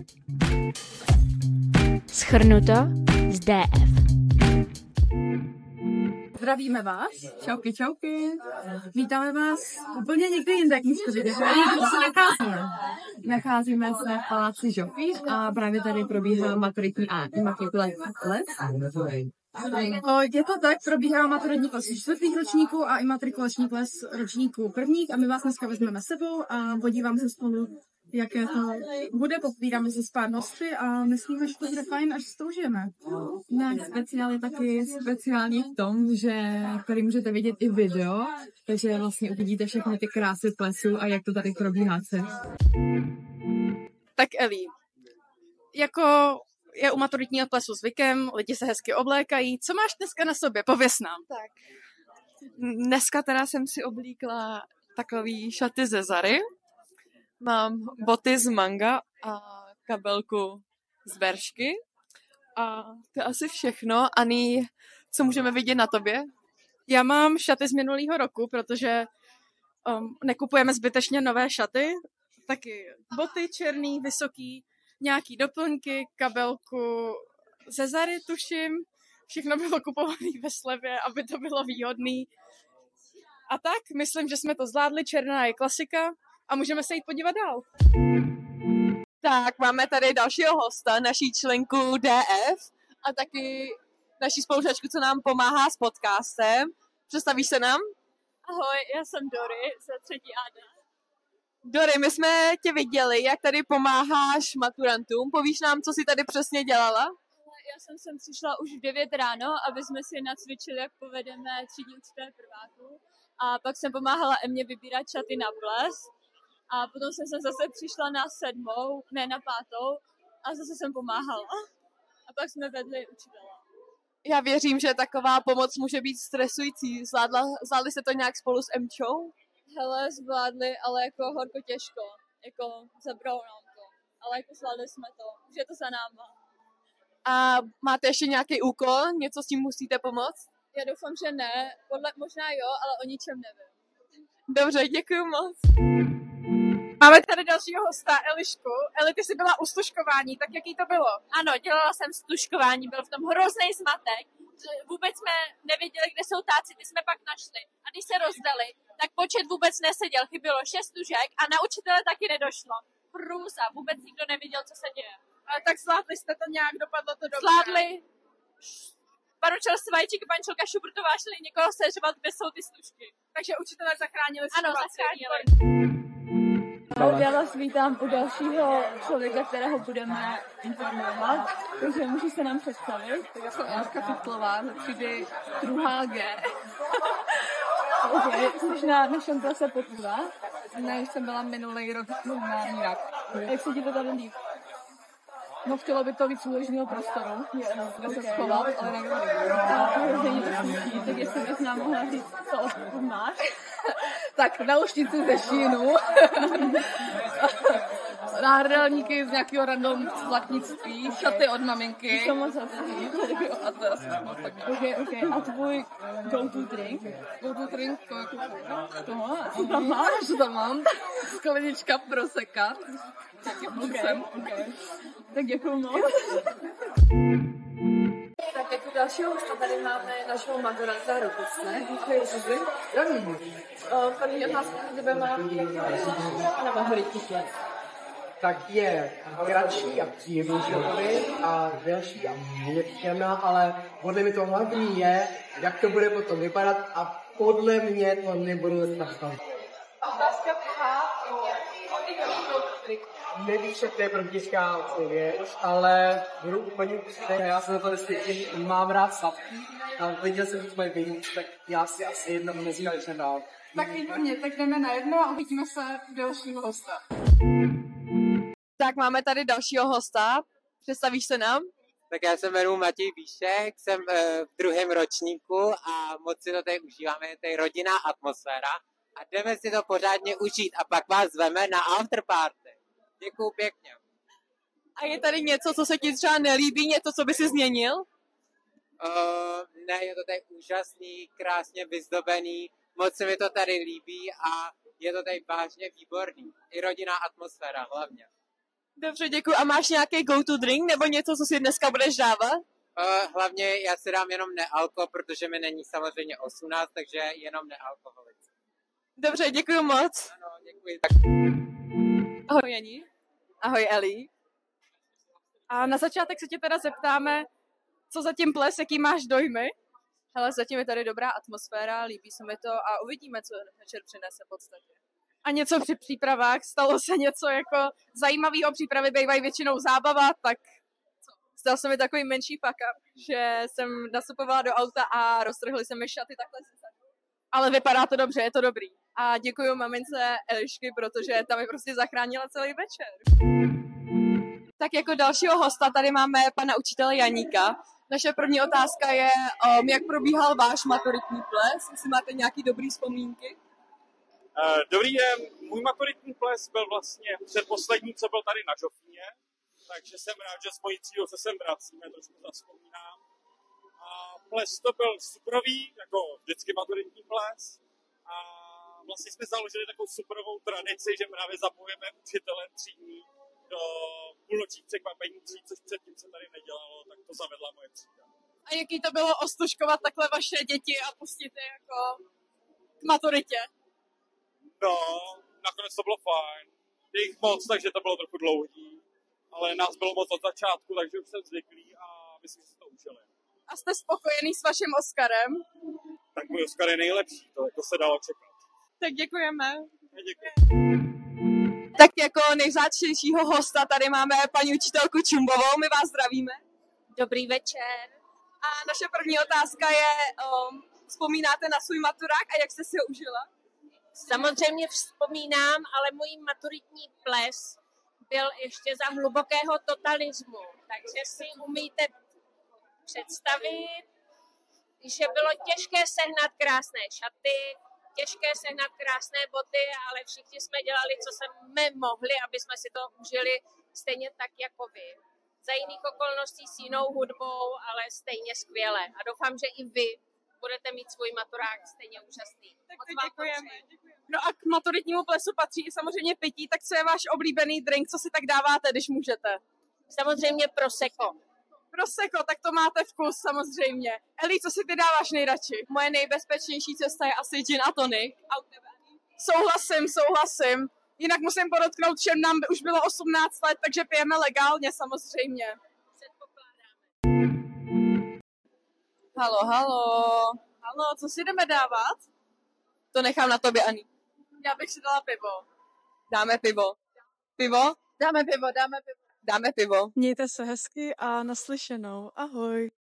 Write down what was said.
Shrnuto z DF. Zdravíme vás. Čauky, čauky. Vítáme vás úplně někde jinde, jak místo vidíte. Nacházíme se v paláci Žofíř a právě tady probíhá maturitní a imatrikulální ples. Je to tak, probíhá maturitní ples čtvrtých ročníků a imatrikulační ples ročníků prvních a my vás dneska vezmeme sebou a podíváme se spolu, jaké to bude, popíráme se s pár hosty a myslíme, že to bude fajn, až s tou žijeme. Náš speciál je taky speciální v tom, že tady můžete vidět i video, takže vlastně uvidíte všechny ty krásy plesu a jak to tady probíhá celé. Tak Eli, jako je u maturitního plesu zvykem, lidi se hezky oblékají. Co máš dneska na sobě? Pověz nám. Tak. Dneska teda jsem si oblíkla takový šaty ze Zary. Mám boty z Manga a kabelku z Beršky. A to je asi všechno. Ani, co můžeme vidět na tobě? Já mám šaty z minulého roku, protože nekupujeme zbytečně nové šaty. Taky boty černý, vysoký, nějaký doplňky, kabelku ze Zary, tuším. Všechno bylo kupované ve slevě, aby to bylo výhodný. A tak, myslím, že jsme to zvládli. Černá je klasika a můžeme se jít podívat dál. Tak, máme tady dalšího hosta, naší členku DF a taky naší spolužačku, co nám pomáhá s podcastem. Představíš se nám? Ahoj, já jsem Dory ze 3. AD. Dory, my jsme tě viděli, jak tady pomáháš maturantům. Povíš nám, co jsi tady přesně dělala? Já jsem sem přišla už v 9 ráno, aby jsme si nacvičili, jak povedeme třídní učitel prváků. A pak jsem pomáhala Emě vybírat šaty na ples. A potom jsem se zase přišla na 7, ne na 5. A zase jsem pomáhala. A pak jsme vedli učitele. Já věřím, že taková pomoc může být stresující. Zvládli jste to nějak spolu s Emčou? Hele, zvládli, ale jako horko těžko. Jako zabralo nám to. Ale jako zvládli jsme to. Už je to za náma. A máte ještě nějaký úkol? Něco s tím musíte pomoct? Já doufám, že ne. Možná jo, ale o ničem nevím. Dobře, děkuji moc. Máme tady dalšího hosta, Elišku. Eli, ty jsi byla u stužkování, tak jaký to bylo? Ano, dělala jsem stužkování, byl v tom hrozný zmatek. Vůbec jsme nevěděli, kde jsou táci, ty jsme pak našli. A když se rozdali, tak počet vůbec neseděl, chybělo 6 stužek a na učitele taky nedošlo. Hrůza, vůbec nikdo nevěděl, co se děje. Ale tak zvládli jste to nějak, dopadlo to dobře. Zvládli. Paručel Svajčík, pančelka Šubrtová šli někoho seřvat, kde jsou ty stužky. Takže učitelé zachránili situaci. Ano, zachránili. Já vás vítám u dalšího člověka, kterého budeme informovat, takže můžeš se nám představit. Tak já jsem Janka Fitlová, ze třídy 2. G. Okay, jsi na našem klase poprvé. Ne, jsem byla minulý rok na Mírak. Jak se ti to tady líbí? No, chtělo by to víc úložního prostoru, kde se schovat, ale nevím. Tak jestli bys nám mohla říct, co odkud máš? Tak náušnici ze Šínu, náhrdelníky z nějakého random zlatnictví, šaty od maminky. To moc hezký. A to je asi tak. Okay. A tvůj go-to drink? Go-to drink, Toho? Co tam máš? Co tam mám? Sklenička proseka. Taky Okay. Tak děkuju moc. Tak jako dalšího hosta tady máme našeho maturanta Rokuce. První otázka na tebe má na majoritní ples. Tak je kratší a příjemnější a delší a méně příjemná, ale podle mě to hlavní je, jak to bude potom vypadat a podle mě to nebudu nastavit. Otázka druhá. Nevíš, že to je protižká věc, ale budu úplně upřímný. Já jsem to myslím, mám rád stavky a viděl jsem, že to mají vyjít, tak já si asi jedno nezískal dál. Tak výborně, tak jdeme na jedno a uvidíme se dalšího hosta. Tak máme tady dalšího hosta. Představíš se nám? Tak já se jmenuji Matěj Bíšek, jsem v 2. ročníku a moc si to tady užíváme, je tady rodinná atmosféra a jdeme si to pořádně užít a pak vás zveme na afterparty. Děkuju pěkně. A je tady něco, co se ti třeba nelíbí, něco, co by si změnil? Ne, je to tady úžasný, krásně vyzdobený, moc se mi to tady líbí a je to tady vážně výborný. I rodinná atmosféra hlavně. Dobře, děkuji. A máš nějaký go-to drink nebo něco, co si dneska budeš dávat? Hlavně já si dám jenom nealko, protože mi není samozřejmě 18, takže jenom nealkoholik. Dobře, děkuji moc. Ano, děkuji. Ahoj Janí. Ahoj Eli. A na začátek se tě teda zeptáme, co zatím ples, jaký máš dojmy? Hele, zatím je tady dobrá atmosféra, líbí se mi to a uvidíme, co večer přinese v podstatě. A něco při přípravách? Stalo se něco jako zajímavého? Přípravy bývají většinou zábava, tak Stal se mi takový menší fuck up, že jsem nastupovala do auta a roztrhly se mi šaty takhle zezadu. ale vypadá to dobře, je to dobrý. A děkuji mamince Elišky, protože ta mi prostě zachránila celý večer. Tak jako dalšího hosta tady máme pana učitele Janíka. Naše první otázka je, jak probíhal váš maturitní ples, jestli máte nějaký dobrý vzpomínky. Dobrý den, můj maturitní ples byl vlastně předposlední, co byl tady na Žofíně, takže jsem rád, že s mojí třídou se sem vracíme, trošku zavzpomínám. A ples to byl superový, jako vždycky maturitní ples. A vlastně jsme založili takovou superovou tradici, že právě zapojeme učitele třídní do půlnočních překvapení tříd, což předtím se tady nedělalo, tak to zavedla moje třída. A jaký to bylo ostužkovat takhle vaše děti a pustit je jako k maturitě? No, nakonec to bylo fajn. Je jich moc, takže to bylo trochu dlouhý. Ale nás bylo moc od začátku, takže už jsem zvyklý a myslím, že si to užili. A jste spokojený s vaším Oscarem? Tak můj Oscar je nejlepší, to se dalo čekat. Tak děkujeme. Děkuji. Tak jako nejvzácnějšího hosta tady máme paní učitelku Čumbovou, my vás zdravíme. Dobrý večer. A naše první otázka je, vzpomínáte na svůj maturák a jak jste si ho užila? Samozřejmě vzpomínám, ale můj maturitní ples byl ještě za hlubokého totalismu, takže si umíte představit, že bylo těžké sehnat krásné šaty, těžké sehnat krásné boty, ale všichni jsme dělali, co jsme mohli, aby jsme si to užili stejně tak jako vy. Za jiných okolností s jinou hudbou, ale stejně skvěle. A doufám, že i vy budete mít svůj maturák stejně úžasný. Tak děkujeme. No a k maturitnímu plesu patří i samozřejmě pití, tak co je váš oblíbený drink, co si tak dáváte, když můžete? Samozřejmě prosecco. Prosecco, tak to máte vkus samozřejmě. Eli, co si ty dáváš nejradši? Moje nejbezpečnější cesta je asi gin a tonic. A u tebe? Souhlasím. Jinak musím podotknout, že nám už bylo 18 let, takže pijeme legálně samozřejmě. Halo, Co si jdeme dávat? to nechám na tobě, Ani. Já bych si dala pivo. Dáme pivo. Pivo? Dáme pivo. Dáme pivo. Mějte se hezky a naslyšenou. Ahoj.